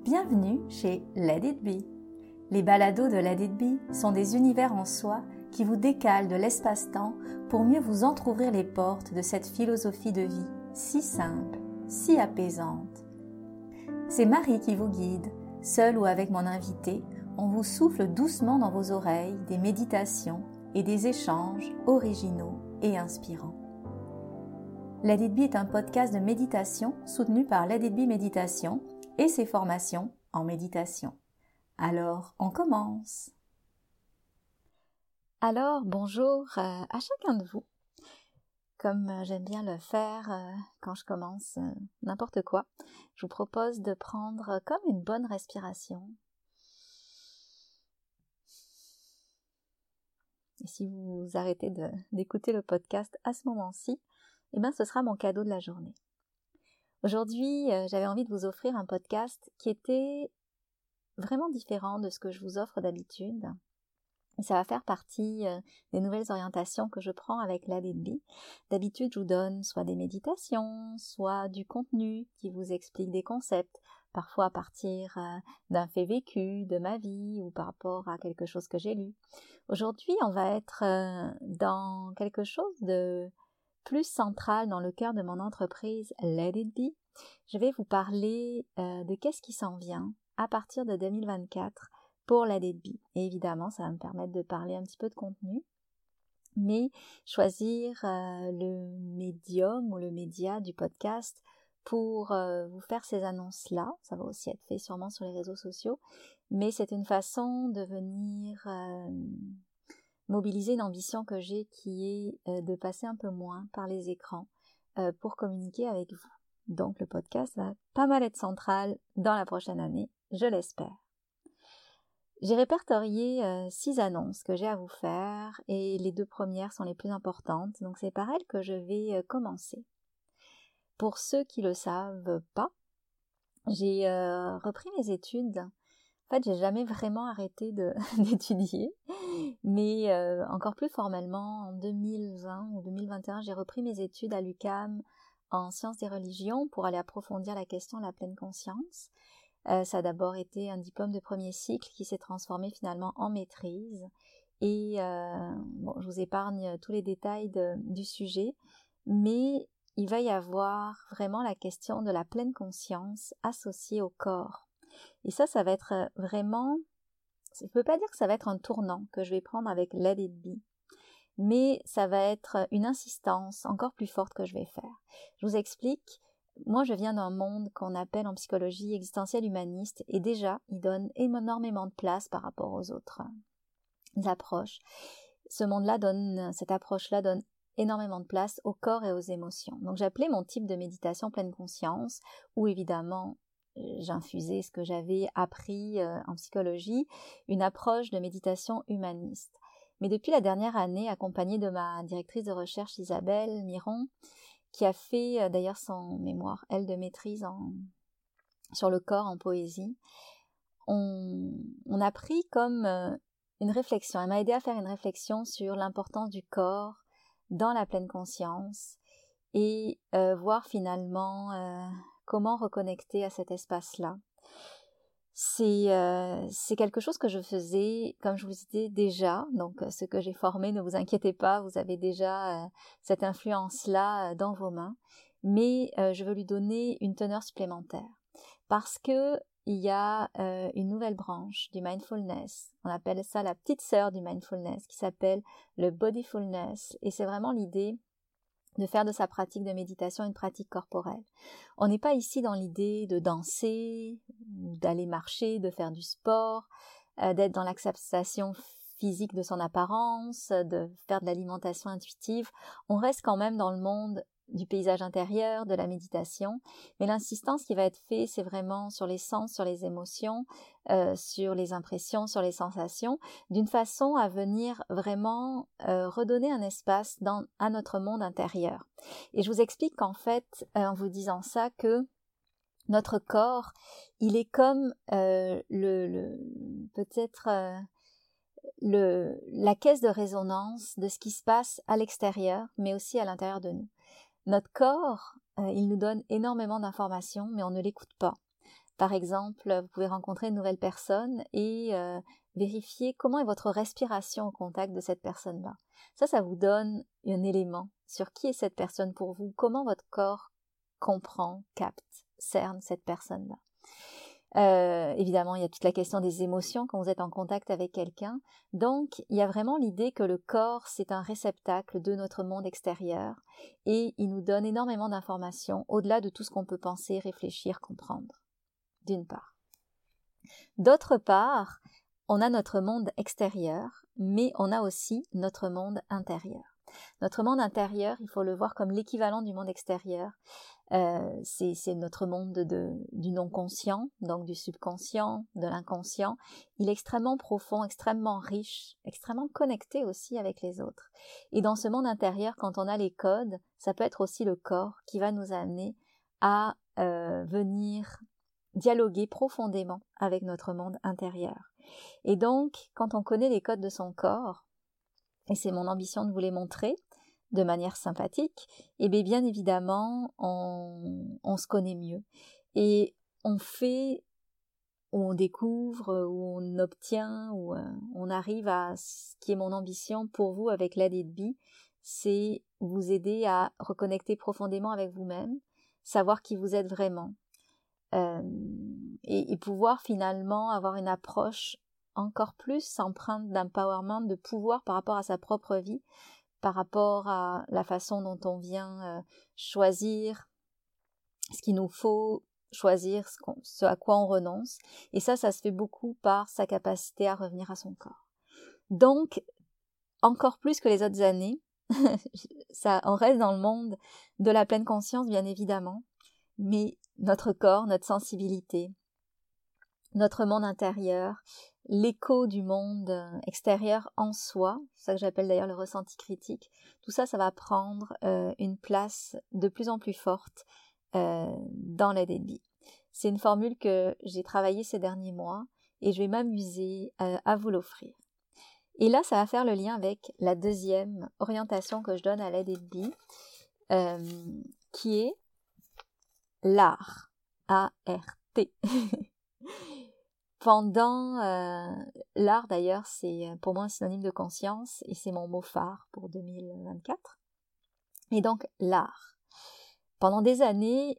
Bienvenue chez Let It Be. Les balados de Let It Be sont des univers en soi qui vous décalent de l'espace-temps pour mieux vous entrouvrir les portes de cette philosophie de vie si simple, si apaisante. C'est Marie qui vous guide, seule ou avec mon invité, on vous souffle doucement dans vos oreilles des méditations et des échanges originaux et inspirants. Let It Be est un podcast de méditation soutenu par Let It Be Méditation et ses formations en méditation. Alors, on commence. Alors, bonjour à chacun de vous. Comme j'aime bien le faire quand je commence n'importe quoi, je vous propose de prendre comme une bonne respiration. Et si vous arrêtez d'écouter le podcast à ce moment-ci, ce sera mon cadeau de la journée. Aujourd'hui, j'avais envie de vous offrir un podcast qui était vraiment différent de ce que je vous offre d'habitude. Et ça va faire partie des nouvelles orientations que je prends avec Let It Be. D'habitude, je vous donne soit des méditations, soit du contenu qui vous explique des concepts, parfois à partir d'un fait vécu, de ma vie ou par rapport à quelque chose que j'ai lu. Aujourd'hui, on va être dans quelque chose de plus central dans le cœur de mon entreprise Let It Be. Je vais vous parler de qu'est-ce qui s'en vient à partir de 2024 pour Let It Be. Et évidemment, ça va me permettre de parler un petit peu de contenu, mais choisir le médium ou le média du podcast pour vous faire ces annonces-là. Ça va aussi être fait sûrement sur les réseaux sociaux, mais c'est une façon de venir mobiliser une ambition que j'ai qui est de passer un peu moins par les écrans pour communiquer avec vous. Donc le podcast va pas mal être central dans la prochaine année, je l'espère. J'ai répertorié 6 annonces que j'ai à vous faire et les 2 premières sont les plus importantes, donc c'est par elles que je vais commencer. Pour ceux qui le savent pas, j'ai repris mes études. En fait, j'ai jamais vraiment arrêté d'étudier, mais encore plus formellement, en 2020 ou 2021, j'ai repris mes études à l'UQAM en sciences des religions pour aller approfondir la question de la pleine conscience. Ça a d'abord été un diplôme de premier cycle qui s'est transformé finalement en maîtrise. Et je vous épargne tous les détails du sujet, mais il va y avoir vraiment la question de la pleine conscience associée au corps. Et ça va être vraiment, je ne peux pas dire que ça va être un tournant que je vais prendre avec Let It Be, mais ça va être une insistance encore plus forte que je vais faire. Je vous explique, moi je viens d'un monde qu'on appelle en psychologie existentielle humaniste et déjà il donne énormément de place par rapport aux autres approches. Cette approche-là donne énormément de place au corps et aux émotions. Donc j'appelais mon type de méditation pleine conscience, où évidemment j'infusais ce que j'avais appris en psychologie, une approche de méditation humaniste. Mais depuis la dernière année, accompagnée de ma directrice de recherche Isabelle Miron, qui a fait d'ailleurs son mémoire, elle, de maîtrise sur le corps en poésie, on a pris comme une réflexion. Elle m'a aidé à faire une réflexion sur l'importance du corps dans la pleine conscience et voir finalement comment reconnecter à cet espace-là. C'est quelque chose que je faisais, comme je vous disais déjà, donc ce que j'ai formé, ne vous inquiétez pas, vous avez déjà cette influence-là dans vos mains, mais je veux lui donner une teneur supplémentaire, parce que il y a une nouvelle branche du mindfulness, on appelle ça la petite sœur du mindfulness, qui s'appelle le bodyfulness, et c'est vraiment l'idée de faire de sa pratique de méditation une pratique corporelle. On n'est pas ici dans l'idée de danser, d'aller marcher, de faire du sport, d'être dans l'acceptation physique de son apparence, de faire de l'alimentation intuitive. On reste quand même dans le monde du paysage intérieur, de la méditation, mais l'insistance qui va être faite, c'est vraiment sur les sens, sur les émotions, sur les impressions, sur les sensations, d'une façon à venir vraiment redonner un espace à notre monde intérieur. Et je vous explique qu'en fait, en vous disant ça, que notre corps, il est comme la caisse de résonance de ce qui se passe à l'extérieur, mais aussi à l'intérieur de nous. Notre corps, il nous donne énormément d'informations, mais on ne l'écoute pas. Par exemple, vous pouvez rencontrer une nouvelle personne et vérifier comment est votre respiration au contact de cette personne-là. Ça vous donne un élément sur qui est cette personne pour vous, comment votre corps comprend, capte, cerne cette personne-là. Évidemment, il y a toute la question des émotions quand vous êtes en contact avec quelqu'un. Donc, il y a vraiment l'idée que le corps, c'est un réceptacle de notre monde extérieur et il nous donne énormément d'informations au-delà de tout ce qu'on peut penser, réfléchir, comprendre, d'une part. D'autre part, on a notre monde extérieur, mais on a aussi notre monde intérieur. Notre monde intérieur, il faut le voir comme l'équivalent du monde extérieur. C'est notre monde du non-conscient, donc du subconscient, de l'inconscient. Il est extrêmement profond, extrêmement riche, extrêmement connecté aussi avec les autres. Et dans ce monde intérieur, quand on a les codes, ça peut être aussi le corps qui va nous amener à venir dialoguer profondément avec notre monde intérieur. Et donc, quand on connaît les codes de son corps, et c'est mon ambition de vous les montrer, de manière sympathique, et bien évidemment, on se connaît mieux. Et on fait, ou on découvre, ou on obtient, ou on arrive à ce qui est mon ambition pour vous avec Let It Be, c'est vous aider à reconnecter profondément avec vous-même, savoir qui vous êtes vraiment, et pouvoir finalement avoir une approche encore plus empreinte d'empowerment, de pouvoir par rapport à sa propre vie, par rapport à la façon dont on vient choisir ce qu'il nous faut, choisir ce à quoi on renonce. Et ça se fait beaucoup par sa capacité à revenir à son corps. Donc, encore plus que les autres années, on reste dans le monde de la pleine conscience, bien évidemment, mais notre corps, notre sensibilité, notre monde intérieur, l'écho du monde extérieur en soi, c'est ça que j'appelle d'ailleurs le ressenti critique, tout ça, ça va prendre une place de plus en plus forte dans Let It Be. C'est une formule que j'ai travaillée ces derniers mois et je vais m'amuser à vous l'offrir. Et là, ça va faire le lien avec la deuxième orientation que je donne à Let It Be, qui est l'art, A-R-T. Pendant l'art d'ailleurs, c'est pour moi un synonyme de conscience et c'est mon mot phare pour 2024. Et donc l'art. Pendant des années,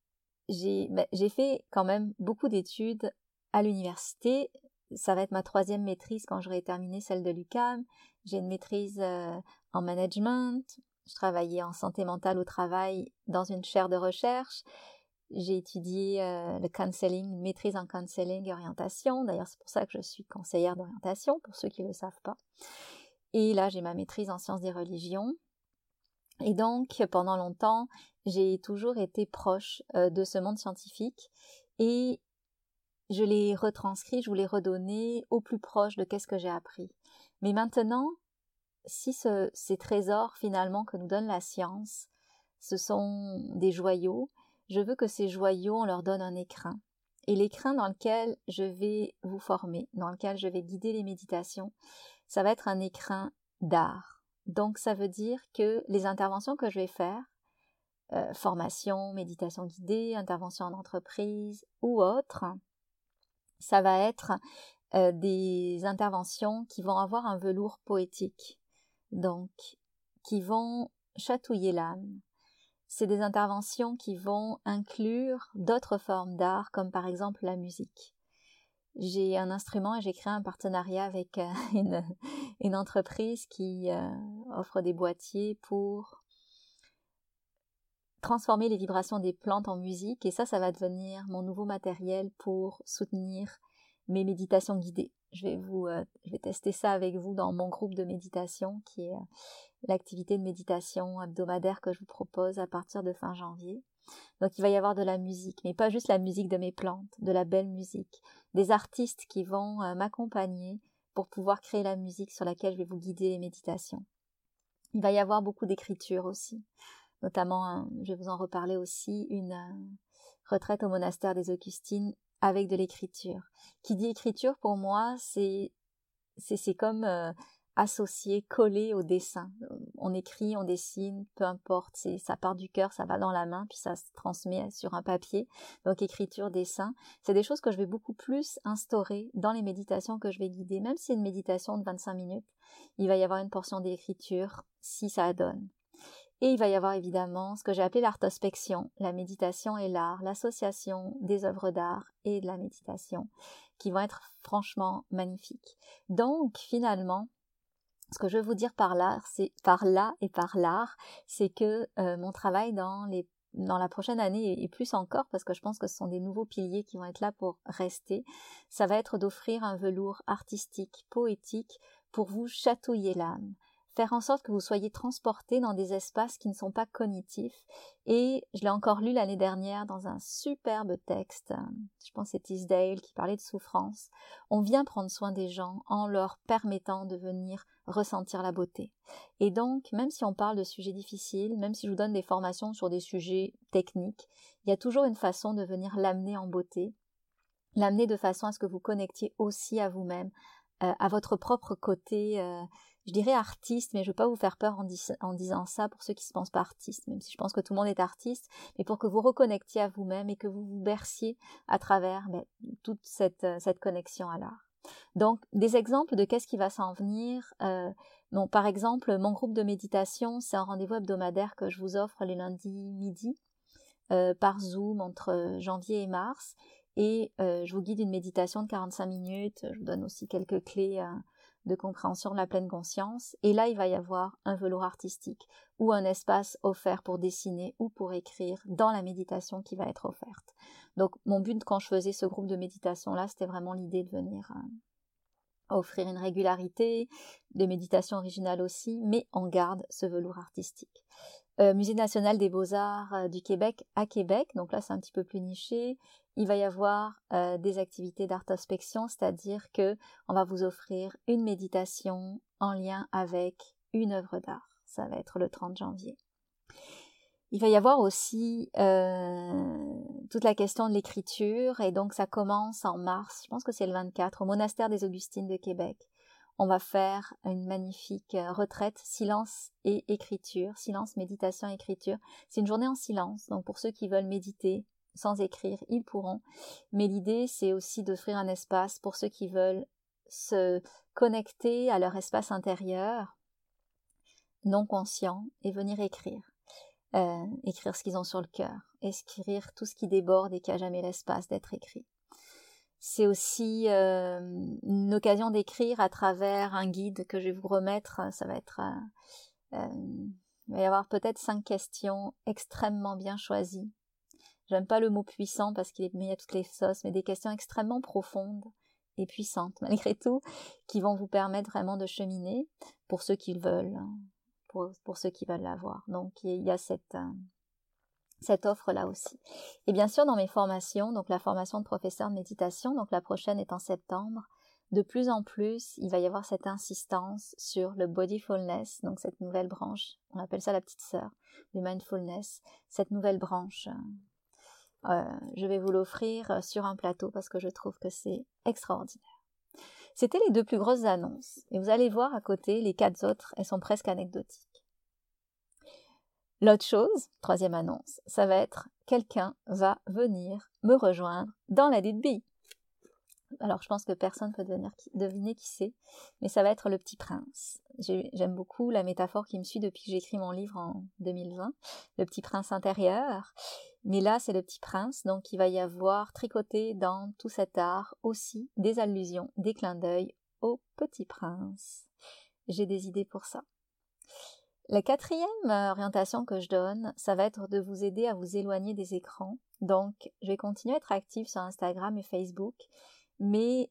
j'ai fait quand même beaucoup d'études à l'université. Ça va être ma 3e maîtrise quand j'aurai terminé celle de l'UQAM. J'ai une maîtrise en management. Je travaillais en santé mentale au travail dans une chaire de recherche. J'ai étudié le counseling, une maîtrise en counseling et orientation. D'ailleurs, c'est pour ça que je suis conseillère d'orientation, pour ceux qui ne le savent pas. Et là, j'ai ma maîtrise en sciences des religions. Et donc, pendant longtemps, j'ai toujours été proche de ce monde scientifique et je l'ai retranscrit, je vous l'ai redonné au plus proche de qu'est-ce que j'ai appris. Mais maintenant, si ces trésors finalement que nous donne la science, ce sont des joyaux, je veux que ces joyaux, on leur donne un écrin. Et l'écrin dans lequel je vais vous former, dans lequel je vais guider les méditations, ça va être un écrin d'art. Donc ça veut dire que les interventions que je vais faire, formation, méditation guidée, intervention en entreprise ou autre, ça va être des interventions qui vont avoir un velours poétique, donc qui vont chatouiller l'âme. C'est des interventions qui vont inclure d'autres formes d'art, comme par exemple la musique. J'ai un instrument et j'ai créé un partenariat avec une entreprise qui offre des boîtiers pour transformer les vibrations des plantes en musique. Et ça va devenir mon nouveau matériel pour soutenir mes méditations guidées. Je vais tester ça avec vous dans mon groupe de méditation qui est l'activité de méditation hebdomadaire que je vous propose à partir de fin janvier. Donc il va y avoir de la musique, mais pas juste la musique de mes plantes, de la belle musique, des artistes qui vont m'accompagner pour pouvoir créer la musique sur laquelle je vais vous guider les méditations. Il va y avoir beaucoup d'écriture aussi, notamment, je vais vous en reparler aussi, une retraite au monastère des Augustines avec de l'écriture. Qui dit écriture pour moi, c'est comme associé, collé au dessin. On écrit, on dessine, peu importe, ça part du cœur, ça va dans la main, puis ça se transmet sur un papier. Donc écriture, dessin, c'est des choses que je vais beaucoup plus instaurer dans les méditations que je vais guider. Même si c'est une méditation de 25 minutes, il va y avoir une portion d'écriture si ça donne. Et il va y avoir évidemment ce que j'ai appelé l'artospection, la méditation et l'art, l'association des œuvres d'art et de la méditation, qui vont être franchement magnifiques. Donc finalement, ce que je veux vous dire par là et par l'art, c'est que mon travail dans la prochaine année et plus encore, parce que je pense que ce sont des nouveaux piliers qui vont être là pour rester, ça va être d'offrir un velours artistique, poétique, pour vous chatouiller l'âme. Faire en sorte que vous soyez transportés dans des espaces qui ne sont pas cognitifs. Et je l'ai encore lu l'année dernière dans un superbe texte, je pense que c'est Tisdale qui parlait de souffrance. On vient prendre soin des gens en leur permettant de venir ressentir la beauté. Et donc, même si on parle de sujets difficiles, même si je vous donne des formations sur des sujets techniques, il y a toujours une façon de venir l'amener en beauté, l'amener de façon à ce que vous connectiez aussi à vous-même, à votre propre côté, je dirais artiste, mais je ne veux pas vous faire peur en disant ça pour ceux qui se pensent pas artistes, même si je pense que tout le monde est artiste, mais pour que vous reconnectiez à vous-même et que vous vous berciez à travers toute cette connexion à l'art. Donc, des exemples de qu'est-ce qui va s'en venir. Par exemple, mon groupe de méditation, c'est un rendez-vous hebdomadaire que je vous offre les lundis midi par Zoom entre janvier et mars. Et je vous guide une méditation de 45 minutes. Je vous donne aussi quelques clés de compréhension de la pleine conscience. Et là, il va y avoir un velours artistique ou un espace offert pour dessiner ou pour écrire dans la méditation qui va être offerte. Donc, mon but quand je faisais ce groupe de méditation-là, c'était vraiment l'idée de venir offrir une régularité, des méditations originales aussi, mais on garde ce velours artistique. Musée national des beaux-arts du Québec à Québec, donc là c'est un petit peu plus niché. Il va y avoir des activités d'artospection, c'est-à-dire que on va vous offrir une méditation en lien avec une œuvre d'art. Ça va être le 30 janvier. Il va y avoir aussi toute la question de l'écriture, et donc ça commence en mars, je pense que c'est le 24, au monastère des Augustines de Québec. On va faire une magnifique retraite silence et écriture, silence, méditation, écriture. C'est une journée en silence, donc pour ceux qui veulent méditer sans écrire, ils pourront. Mais l'idée, c'est aussi d'offrir un espace pour ceux qui veulent se connecter à leur espace intérieur, non conscient, et venir écrire. Écrire ce qu'ils ont sur le cœur, écrire tout ce qui déborde et qui n'a jamais l'espace d'être écrit. C'est aussi une occasion d'écrire à travers un guide que je vais vous remettre. Ça va être, il va y avoir peut-être 5 questions extrêmement bien choisies. J'aime pas le mot puissant parce qu'il est mis à toutes les sauces, mais des questions extrêmement profondes et puissantes malgré tout, qui vont vous permettre vraiment de cheminer pour ceux qui le veulent. Pour ceux qui veulent l'avoir. Donc il y a cette offre-là aussi. Et bien sûr, dans mes formations, donc la formation de professeur de méditation, donc la prochaine est en septembre, de plus en plus, il va y avoir cette insistance sur le bodyfulness, donc cette nouvelle branche, on appelle ça la petite sœur du mindfulness, cette nouvelle branche. Je vais vous l'offrir sur un plateau parce que je trouve que c'est extraordinaire. C'était les 2 plus grosses annonces. Et vous allez voir à côté, les 4 autres, elles sont presque anecdotiques. L'autre chose, 3e annonce, ça va être quelqu'un va venir me rejoindre dans la DB. Alors je pense que personne ne peut deviner qui c'est, mais ça va être le petit prince. J'aime beaucoup la métaphore qui me suit depuis que j'ai écrit mon livre en 2020, le petit prince intérieur. Mais là, c'est le petit prince, donc il va y avoir tricoté dans tout cet art aussi des allusions, des clins d'œil au petit prince. J'ai des idées pour ça. La 4e orientation que je donne, ça va être de vous aider à vous éloigner des écrans. Donc, je vais continuer à être active sur Instagram et Facebook, mais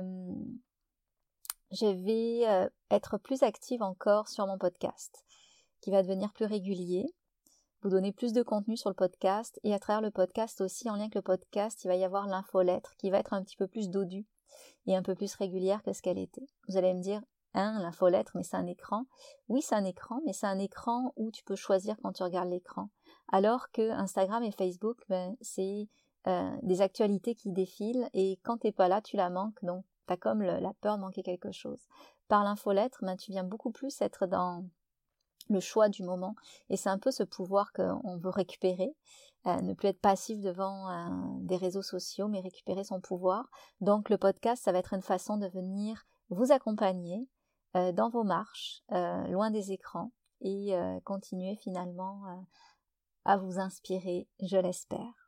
je vais être plus active encore sur mon podcast, qui va devenir plus régulier. Vous donner plus de contenu sur le podcast, et à travers le podcast aussi, en lien avec le podcast, il va y avoir l'infolettre qui va être un petit peu plus dodue et un peu plus régulière que ce qu'elle était. Vous allez me dire, l'infolettre, mais c'est un écran. Oui, c'est un écran, mais c'est un écran où tu peux choisir quand tu regardes l'écran. Alors que Instagram et Facebook, c'est des actualités qui défilent, et quand t'es pas là, tu la manques, donc t'as comme la peur de manquer quelque chose. par l'infolettre, tu viens beaucoup plus être dans le choix du moment. Et c'est un peu ce pouvoir qu'on veut récupérer, ne plus être passif devant des réseaux sociaux, mais récupérer son pouvoir. Donc le podcast, ça va être une façon de venir vous accompagner dans vos marches, loin des écrans, et continuer finalement à vous inspirer, je l'espère.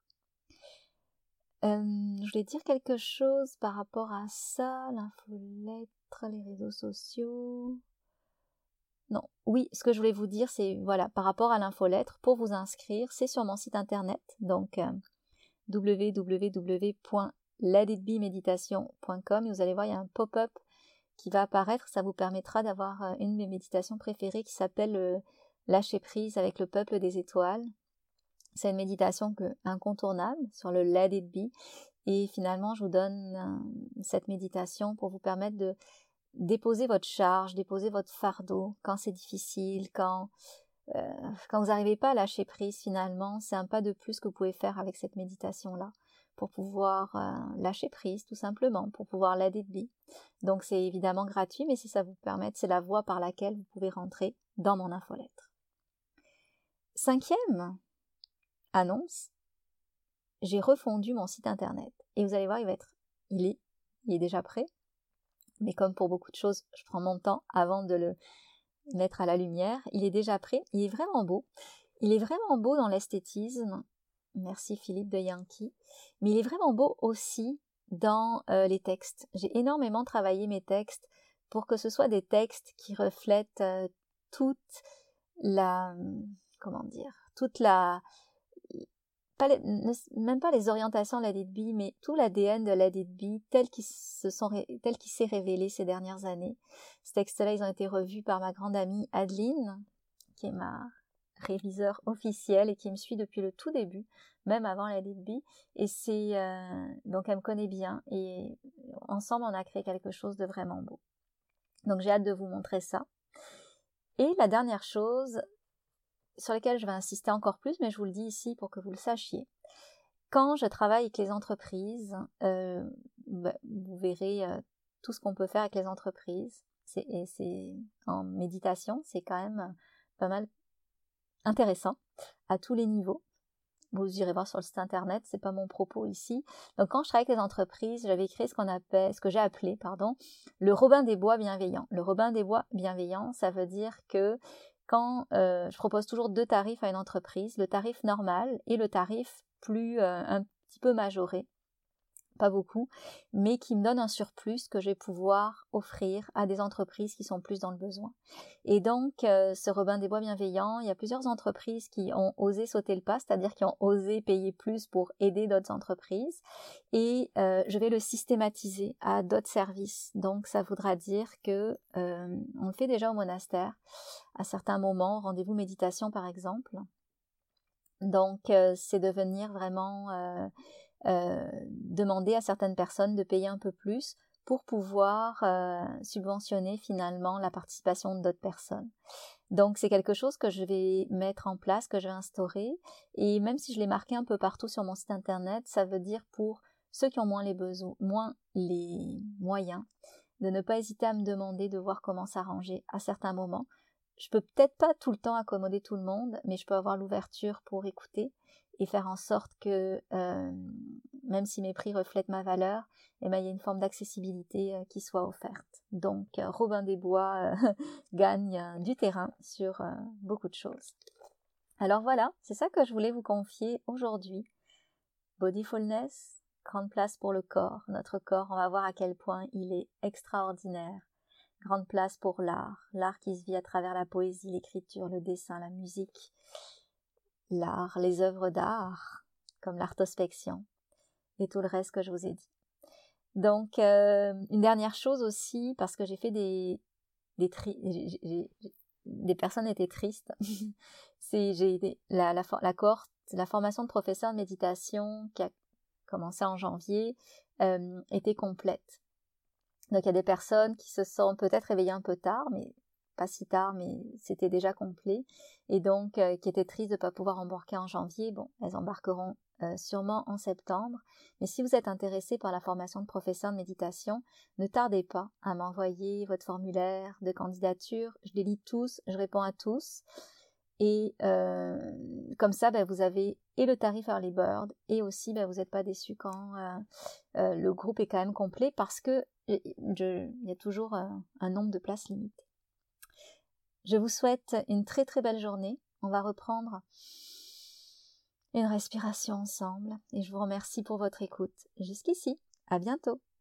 Je voulais dire quelque chose par rapport à ça, l'infolettre, les réseaux sociaux. Non, oui, ce que je voulais vous dire, c'est voilà, par rapport à l'infolettre, pour vous inscrire, c'est sur mon site internet, donc www.letitbemeditation.com, et vous allez voir, il y a un pop-up qui va apparaître, ça vous permettra d'avoir une de mes méditations préférées qui s'appelle Lâcher prise avec le peuple des étoiles. C'est une méditation incontournable sur le Let It Be, et finalement je vous donne cette méditation pour vous permettre de déposer votre charge, déposer votre fardeau quand c'est difficile, quand vous n'arrivez pas à lâcher prise finalement, c'est un pas de plus que vous pouvez faire avec cette méditation-là pour pouvoir lâcher prise tout simplement, pour pouvoir let it be. Donc c'est évidemment gratuit, mais si ça vous permet, c'est la voie par laquelle vous pouvez rentrer dans mon infolettre. 5e annonce, j'ai refondu mon site internet. Et vous allez voir, il est déjà prêt. Mais comme pour beaucoup de choses, je prends mon temps avant de le mettre à la lumière. Il est déjà prêt, il est vraiment beau. Il est vraiment beau dans l'esthétisme. Merci Philippe de Yankee. Mais il est vraiment beau aussi dans les textes. J'ai énormément travaillé mes textes pour que ce soit des textes qui reflètent toute la... même pas les orientations de Let It Be, mais tout l'ADN de Let It Be tel qu'il s'est révélé ces dernières années. Ces textes-là, ils ont été revus par ma grande amie Adeline, qui est ma réviseure officielle et qui me suit depuis le tout début, même avant Let It Be. Et donc elle me connaît bien et ensemble, on a créé quelque chose de vraiment beau. Donc j'ai hâte de vous montrer ça. Et la dernière chose sur laquelle je vais insister encore plus, mais je vous le dis ici pour que vous le sachiez. Quand je travaille avec les entreprises, vous verrez tout ce qu'on peut faire avec les entreprises. C'est en méditation, c'est quand même pas mal intéressant à tous les niveaux. Vous irez voir sur le site internet, c'est pas mon propos ici. Donc quand je travaille avec les entreprises, j'avais créé ce que j'ai appelé, le Robin des Bois bienveillant. Le Robin des Bois bienveillant, ça veut dire que quand je propose toujours 2 tarifs à une entreprise, le tarif normal et le tarif plus un petit peu majoré, pas beaucoup, mais qui me donne un surplus que je vais pouvoir offrir à des entreprises qui sont plus dans le besoin. Et donc, ce Robin des Bois bienveillant, il y a plusieurs entreprises qui ont osé sauter le pas, c'est-à-dire qui ont osé payer plus pour aider d'autres entreprises, et je vais le systématiser à d'autres services. Donc, ça voudra dire que on le fait déjà au monastère, à certains moments, rendez-vous méditation par exemple. Donc, c'est de venir vraiment... demander à certaines personnes de payer un peu plus pour pouvoir subventionner finalement la participation d'autres personnes. Donc c'est quelque chose que je vais mettre en place, que je vais instaurer, et même si je l'ai marqué un peu partout sur mon site internet, ça veut dire pour ceux qui ont moins les moyens, de ne pas hésiter à me demander de voir comment s'arranger à certains moments. Je peux peut-être pas tout le temps accommoder tout le monde, mais je peux avoir l'ouverture pour écouter et faire en sorte que, même si mes prix reflètent ma valeur, il y a une forme d'accessibilité qui soit offerte. Donc, Robin des Bois gagne du terrain sur beaucoup de choses. Alors voilà, c'est ça que je voulais vous confier aujourd'hui. Bodyfulness, grande place pour le corps. Notre corps, on va voir à quel point il est extraordinaire. Grande place pour l'art qui se vit à travers la poésie, l'écriture, le dessin, la musique, l'art, les œuvres d'art, comme l'artospection et tout le reste que je vous ai dit. Donc, une dernière chose aussi, parce que j'ai fait des personnes étaient tristes, la formation de professeur de méditation qui a commencé en janvier était complète. Donc il y a des personnes qui se sont peut-être réveillées un peu tard, mais pas si tard, mais c'était déjà complet, et donc qui étaient tristes de ne pas pouvoir embarquer en janvier. Bon, elles embarqueront sûrement en septembre. Mais si vous êtes intéressé par la formation de professeur de méditation, ne tardez pas à m'envoyer votre formulaire de candidature. Je les lis tous, je réponds à tous. Et comme ça, vous avez et le tarif Early Bird et aussi vous n'êtes pas déçus quand le groupe est quand même complet parce que il y a toujours un nombre de places limité. Je vous souhaite une très très belle journée. On va reprendre une respiration ensemble et je vous remercie pour votre écoute. Jusqu'ici, à bientôt.